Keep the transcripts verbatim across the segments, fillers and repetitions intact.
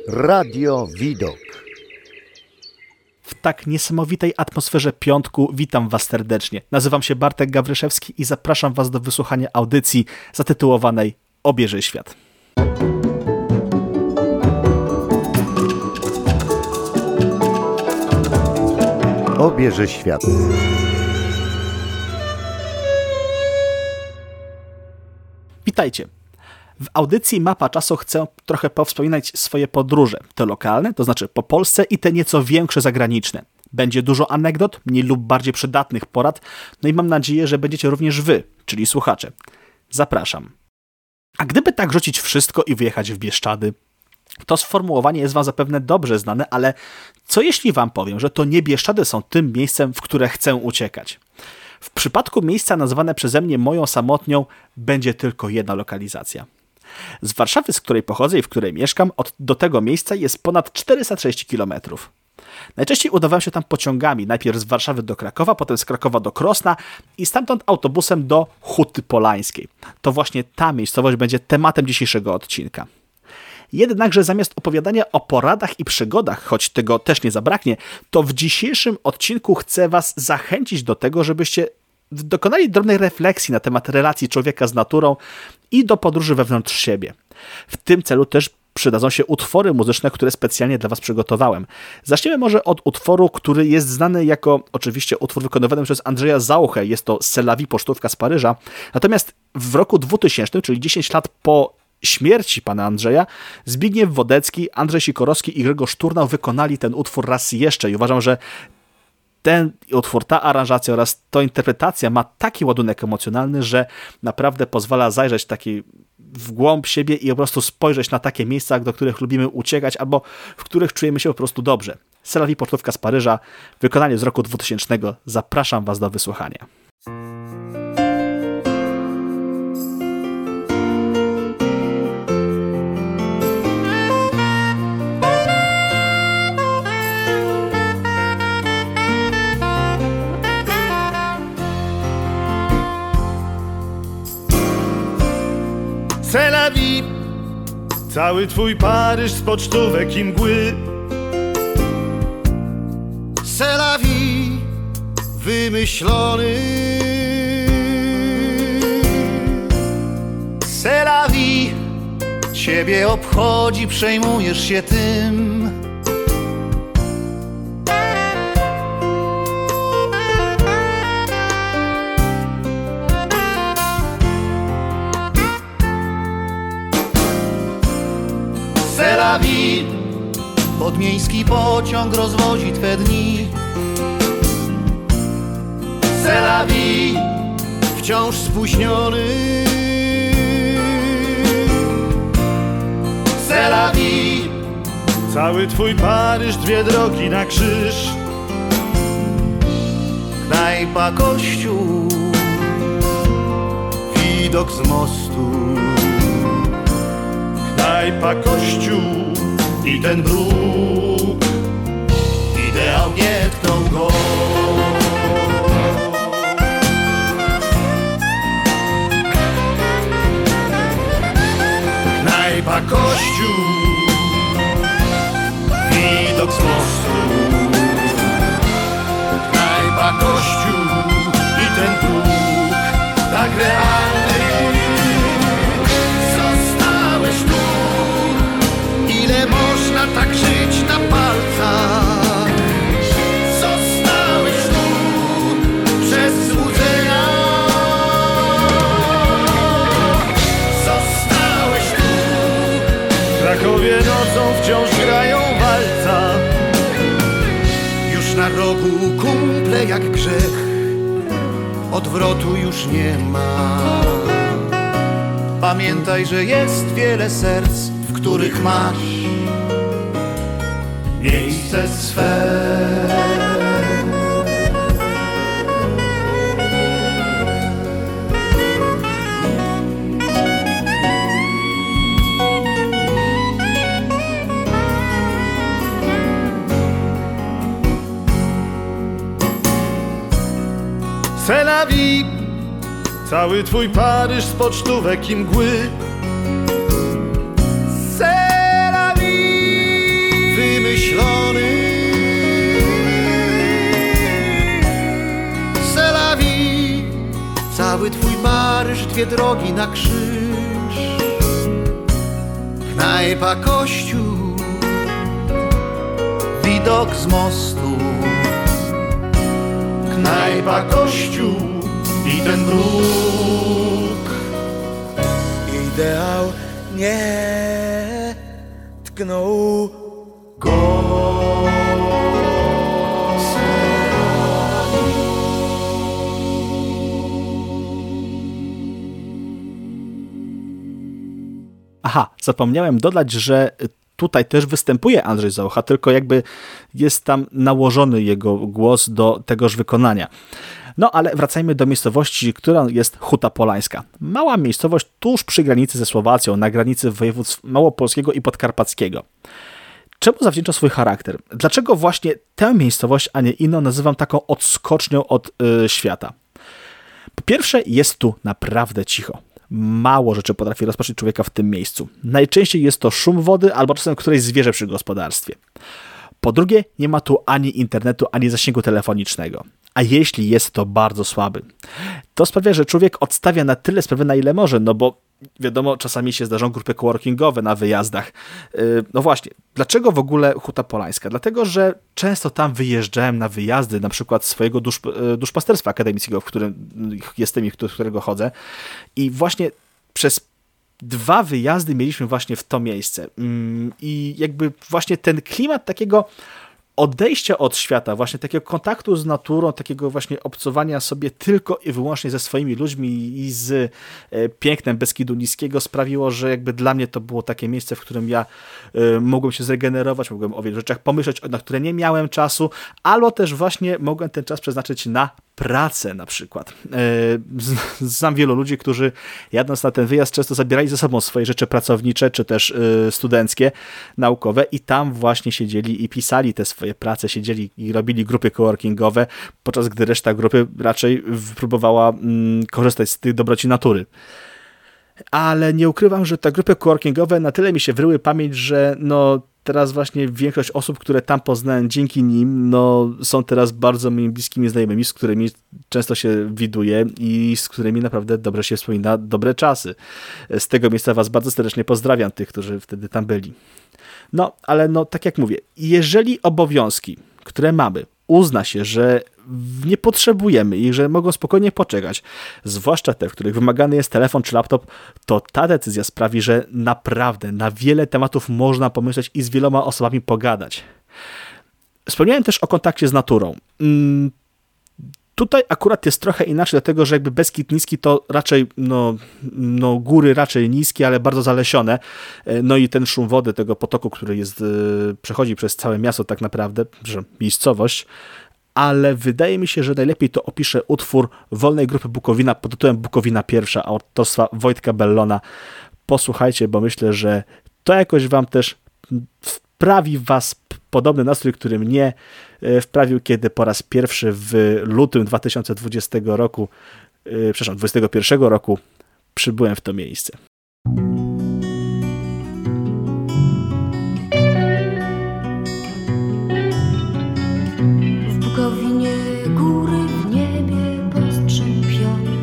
Radio Widok. W tak niesamowitej atmosferze piątku witam Was serdecznie. Nazywam się Bartek Gawryszewski i zapraszam Was do wysłuchania audycji zatytułowanej Obieży świat. Obieży świat. Witajcie. W audycji Mapa Czasu chcę trochę powspominać swoje podróże. Te lokalne, to znaczy po Polsce, i te nieco większe zagraniczne. Będzie dużo anegdot, mniej lub bardziej przydatnych porad, no i mam nadzieję, że będziecie również wy, czyli słuchacze. Zapraszam. A gdyby tak rzucić wszystko i wyjechać w Bieszczady? To sformułowanie jest wam zapewne dobrze znane, ale co jeśli wam powiem, że to nie Bieszczady są tym miejscem, w które chcę uciekać? W przypadku miejsca nazwane przeze mnie moją samotnią będzie tylko jedna lokalizacja. Z Warszawy, z której pochodzę i w której mieszkam, od, do tego miejsca jest ponad czterysta trzydzieści kilometrów. Najczęściej udawałem się tam pociągami, najpierw z Warszawy do Krakowa, potem z Krakowa do Krosna i stamtąd autobusem do Huty Polańskiej. To właśnie ta miejscowość będzie tematem dzisiejszego odcinka. Jednakże zamiast opowiadania o poradach i przygodach, choć tego też nie zabraknie, to w dzisiejszym odcinku chcę Was zachęcić do tego, żebyście dokonali drobnej refleksji na temat relacji człowieka z naturą i do podróży wewnątrz siebie. W tym celu też przydadzą się utwory muzyczne, które specjalnie dla Was przygotowałem. Zaczniemy może od utworu, który jest znany jako oczywiście utwór wykonywany przez Andrzeja Zauchę. Jest to C'est la vie, pocztówka z Paryża. Natomiast w roku dwutysięcznym, czyli dziesięć lat po śmierci pana Andrzeja, Zbigniew Wodecki, Andrzej Sikorowski i Grzegorz Turnał wykonali ten utwór raz jeszcze i uważam, że ten utwór, ta aranżacja oraz ta interpretacja ma taki ładunek emocjonalny, że naprawdę pozwala zajrzeć taki w głąb siebie i po prostu spojrzeć na takie miejsca, do których lubimy uciekać albo w których czujemy się po prostu dobrze. C'est la vie, pocztówka z Paryża, wykonanie z roku dwutysięcznego. Zapraszam Was do wysłuchania. C'est la vie, cały twój Paryż z pocztówek i mgły. C'est la vie, wymyślony. C'est la vie, ciebie obchodzi, przejmujesz się tym. C'est la vie, podmiejski pociąg rozwozi twe dni. C'est la vie, wciąż spóźniony. C'est la vie, cały twój Paryż, dwie drogi na krzyż. knajpa, kościół, widok z mostu. Knajpa, kościół i ten bruk, ideał nie tknął go. knajpa, kościół, Widok z mostu. knajpa, kościół i ten bruk, Tak realny. Zostałeś tu. Ile można tak żyć na palcach? Zostałeś tu przez złudzenia. Zostałeś tu. w Krakowie nocą wciąż grają walca. Już na rogu kumple jak grzech. Odwrotu już nie ma. Pamiętaj, że jest wiele serc, w których masz miejsce swe. C'est la vie, cały twój Paryż z pocztówek i mgły. C'est la vie, patrzysz dwie drogi na krzyż. Knajpa, kościół, widok z mostu. Knajpa, kościół i ten bruk. Ideał nie tknął Go. Aha, zapomniałem dodać, że tutaj też występuje Andrzej Zołcha, tylko jakby jest tam nałożony jego głos do tegoż wykonania. No ale wracajmy do miejscowości, która jest Huta Polańska. Mała miejscowość tuż przy granicy ze Słowacją, na granicy województw małopolskiego i podkarpackiego. Czemu zawdzięcza swój charakter? Dlaczego właśnie tę miejscowość, a nie inną nazywam taką odskocznią od yy, świata? Po pierwsze, jest tu naprawdę cicho. Mało rzeczy potrafi rozproszyć człowieka w tym miejscu. Najczęściej jest to szum wody albo czasem któreś zwierzę przy gospodarstwie. Po drugie, nie ma tu ani internetu, ani zasięgu telefonicznego. A jeśli jest, to bardzo słaby. To sprawia, że człowiek odstawia na tyle sprawy, na ile może, no bo wiadomo, czasami się zdarzą grupy coworkingowe na wyjazdach. No właśnie, dlaczego w ogóle Huta Polańska? Dlatego, że często tam wyjeżdżałem na wyjazdy, na przykład swojego dusz, duszpasterstwa akademickiego, w którym jestem i w którego chodzę. I właśnie przez dwa wyjazdy mieliśmy właśnie w to miejsce. I jakby właśnie ten klimat takiego odejścia od świata, właśnie takiego kontaktu z naturą, takiego właśnie obcowania sobie tylko i wyłącznie ze swoimi ludźmi i z pięknem Beskidu Niskiego sprawiło, że jakby dla mnie to było takie miejsce, w którym ja y, mogłem się zregenerować, mogłem o wielu rzeczach pomyśleć, na które nie miałem czasu, albo też właśnie mogłem ten czas przeznaczyć na pracę na przykład. Yy, znam wielu ludzi, którzy jadąc na ten wyjazd często zabierali ze sobą swoje rzeczy pracownicze, czy też yy, studenckie, naukowe i tam właśnie siedzieli i pisali te swoje prace, siedzieli i robili grupy coworkingowe, podczas gdy reszta grupy raczej próbowała yy, korzystać z tych dobroci natury. Ale nie ukrywam, że te grupy coworkingowe na tyle mi się wryły pamięć, że no teraz właśnie większość osób, które tam poznałem dzięki nim, no są teraz bardzo moimi bliskimi znajomymi, z którymi często się widuję i z którymi naprawdę dobrze się wspomina dobre czasy. Z tego miejsca was bardzo serdecznie pozdrawiam, tych, którzy wtedy tam byli. No, ale no tak jak mówię, jeżeli obowiązki, które mamy, uzna się, że nie potrzebujemy i że mogą spokojnie poczekać, zwłaszcza te, w których wymagany jest telefon czy laptop, to ta decyzja sprawi, że naprawdę na wiele tematów można pomyśleć i z wieloma osobami pogadać. Wspomniałem też o kontakcie z naturą. Tutaj akurat jest trochę inaczej, dlatego że jakby Beskid Niski to raczej no, no góry raczej niskie, ale bardzo zalesione. No i ten szum wody tego potoku, który jest, przechodzi przez całe miasto tak naprawdę, że miejscowość, ale wydaje mi się, że najlepiej to opisze utwór Wolnej Grupy Bukowina pod tytułem Bukowina Pierwsza autorstwa Wojtka Bellona. Posłuchajcie, bo myślę, że to jakoś wam też wprawi w was podobny nastrój, który mnie wprawił, kiedy po raz pierwszy w lutym dwa tysiące dwudziestego roku, przepraszam, dwudziestego pierwszego roku przybyłem w to miejsce. W Bukowinie góry w niebie postrzępione,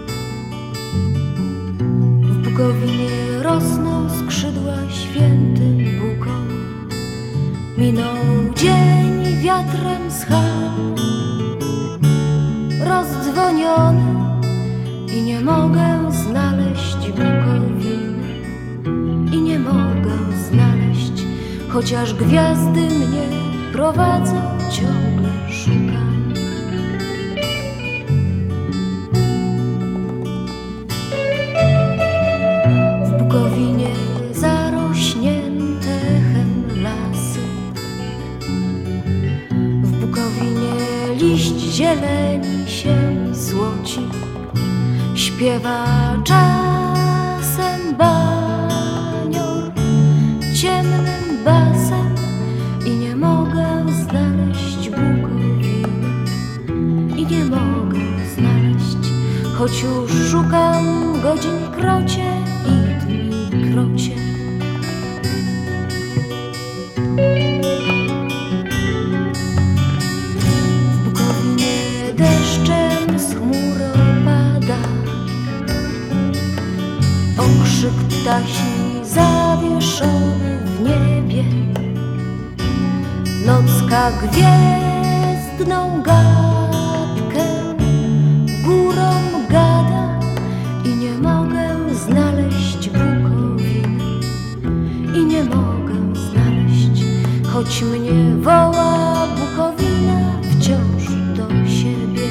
w Bukowinie rosną skrzydła świętym bukom. Minął dzień, wiatrem schał, rozdzwoniony i nie mogę znaleźć Bukowiny. I nie mogę znaleźć, chociaż gwiazdy mnie prowadzą, ciągle szukam. W Bukowinie zarośnięte echem lasy, w Bukowinie liść zieleni się złoci, śpiewa czasem banior ciemnym basem i nie mogę znaleźć Bukowiny. I nie mogę znaleźć, choć już szukam godzin krocie i dni krocie. W Bukowinie deszczem z chmur opada, okrzyk ptasi zawieszony w niebie. Nocka gwiezdną gadkę górą gada i nie mogę znaleźć Bukowiny. I nie mogę znaleźć, choć mnie woła Bukowina wciąż do siebie.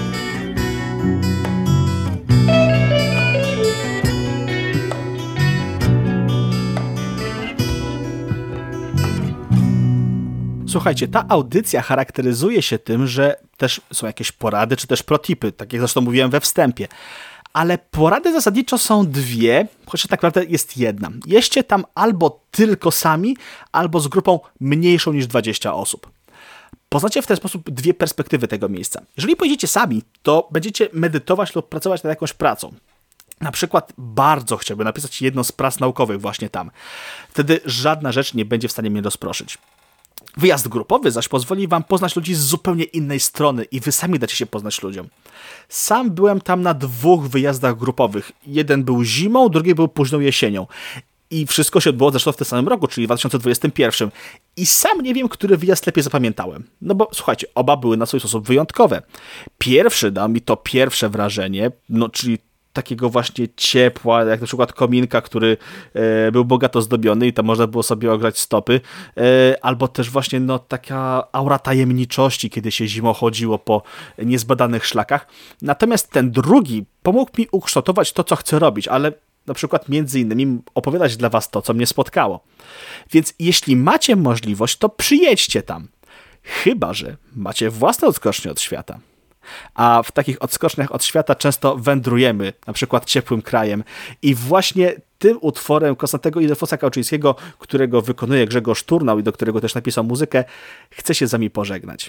Słuchajcie, ta audycja charakteryzuje się tym, że też są jakieś porady, czy też protipy, tak jak zresztą mówiłem we wstępie. Ale porady zasadniczo są dwie, choć tak naprawdę jest jedna. Jeźdźcie tam albo tylko sami, albo z grupą mniejszą niż dwadzieścia osób. Poznacie w ten sposób dwie perspektywy tego miejsca. Jeżeli pojedziecie sami, to będziecie medytować lub pracować nad jakąś pracą. Na przykład bardzo chciałbym napisać jedną z prac naukowych właśnie tam. Wtedy żadna rzecz nie będzie w stanie mnie rozproszyć. Wyjazd grupowy zaś pozwoli wam poznać ludzi z zupełnie innej strony i wy sami dacie się poznać ludziom. Sam byłem tam na dwóch wyjazdach grupowych. Jeden był zimą, drugi był późną jesienią. I wszystko się odbyło zresztą w tym samym roku, czyli w dwa tysiące dwudziestym pierwszym. I sam nie wiem, który wyjazd lepiej zapamiętałem. No bo słuchajcie, oba były na swój sposób wyjątkowe. Pierwszy dał mi to pierwsze wrażenie, no czyli takiego właśnie ciepła, jak na przykład kominka, który e, był bogato zdobiony i tam można było sobie ogrzać stopy, e, albo też właśnie no, taka aura tajemniczości, kiedy się zimą chodziło po niezbadanych szlakach. Natomiast ten drugi pomógł mi ukształtować to, co chcę robić, ale na przykład między innymi opowiadać dla was to, co mnie spotkało. Więc jeśli macie możliwość, to przyjedźcie tam. Chyba że macie własne odskocznie od świata. A w takich odskoczniach od świata często wędrujemy, na przykład ciepłym krajem. I właśnie tym utworem Konstantego Ildefonsa Kałuczyńskiego, którego wykonuje Grzegorz Turnał i do którego też napisał muzykę, chcę się z wami pożegnać.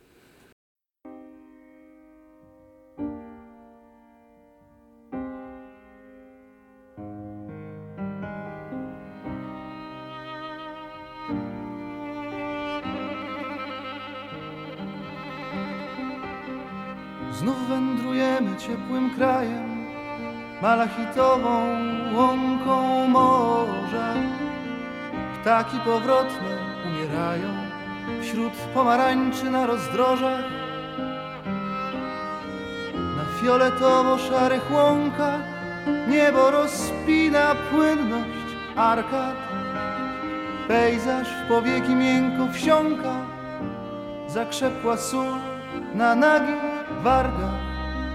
Znów wędrujemy ciepłym krajem, malachitową łąką morza. Ptaki powrotne umierają wśród pomarańczy na rozdrożach. Na fioletowo-szarych łąkach niebo rozpina płynność arkad. Pejzaż w powieki miękko wsiąka, zakrzepła sól na nagich wargach.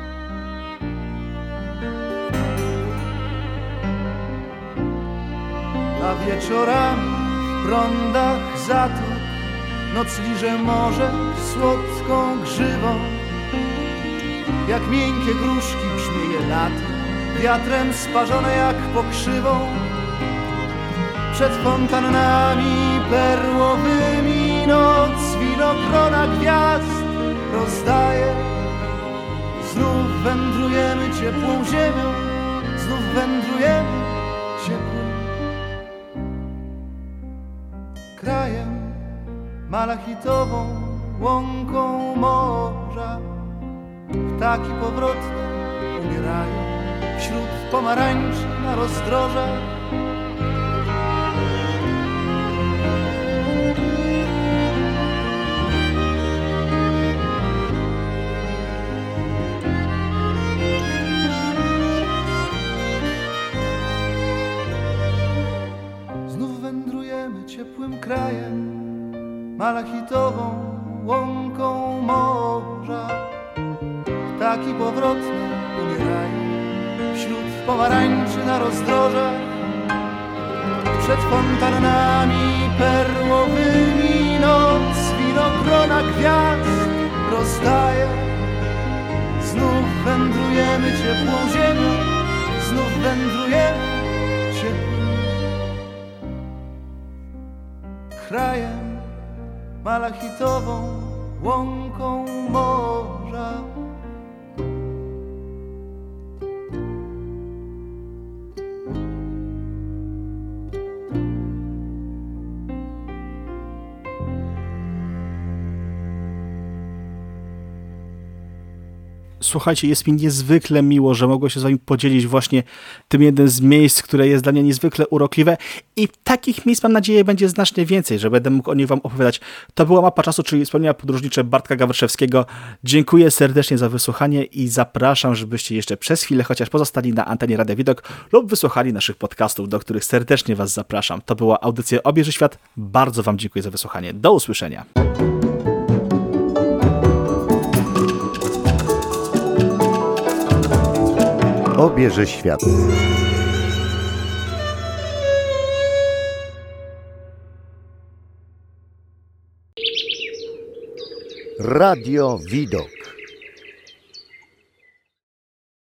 A wieczorami w prądach zatok noc liże morze słodką grzywą. Jak miękkie gruszki brzmieje lato, wiatrem sparzone jak pokrzywą. Przed fontannami perłowymi noc winogrona gwiazd rozdaje. Znów wędrujemy ciepłą ziemią, znów wędrujemy ciepłym krajem, malachitową łąką morza. Ptaki powrotne umierają wśród pomarańczy na rozdrożach. Ciepłym krajem, malachitową łąką morza. Ptaki powrotne umierają wśród pomarańczy na rozdrożach. Przed fontannami perłowymi noc winogrona gwiazd rozdaje. Znów wędrujemy ciepłą ziemią, znów wędrujemy ciepłym krajem, malachitową łąką morza. Słuchajcie, jest mi niezwykle miło, że mogłem się z wami podzielić właśnie tym jednym z miejsc, które jest dla mnie niezwykle urokliwe i takich miejsc mam nadzieję będzie znacznie więcej, że będę mógł o nich wam opowiadać. To była Mapa Czasu, czyli wspomnienia podróżnicze Bartka Gawryszewskiego. Dziękuję serdecznie za wysłuchanie i zapraszam, żebyście jeszcze przez chwilę chociaż pozostali na antenie Radia Widok lub wysłuchali naszych podcastów, do których serdecznie was zapraszam. To była audycja Obieży Świat. Bardzo wam dziękuję za wysłuchanie. Do usłyszenia. Obieży Świat. Radio Widok.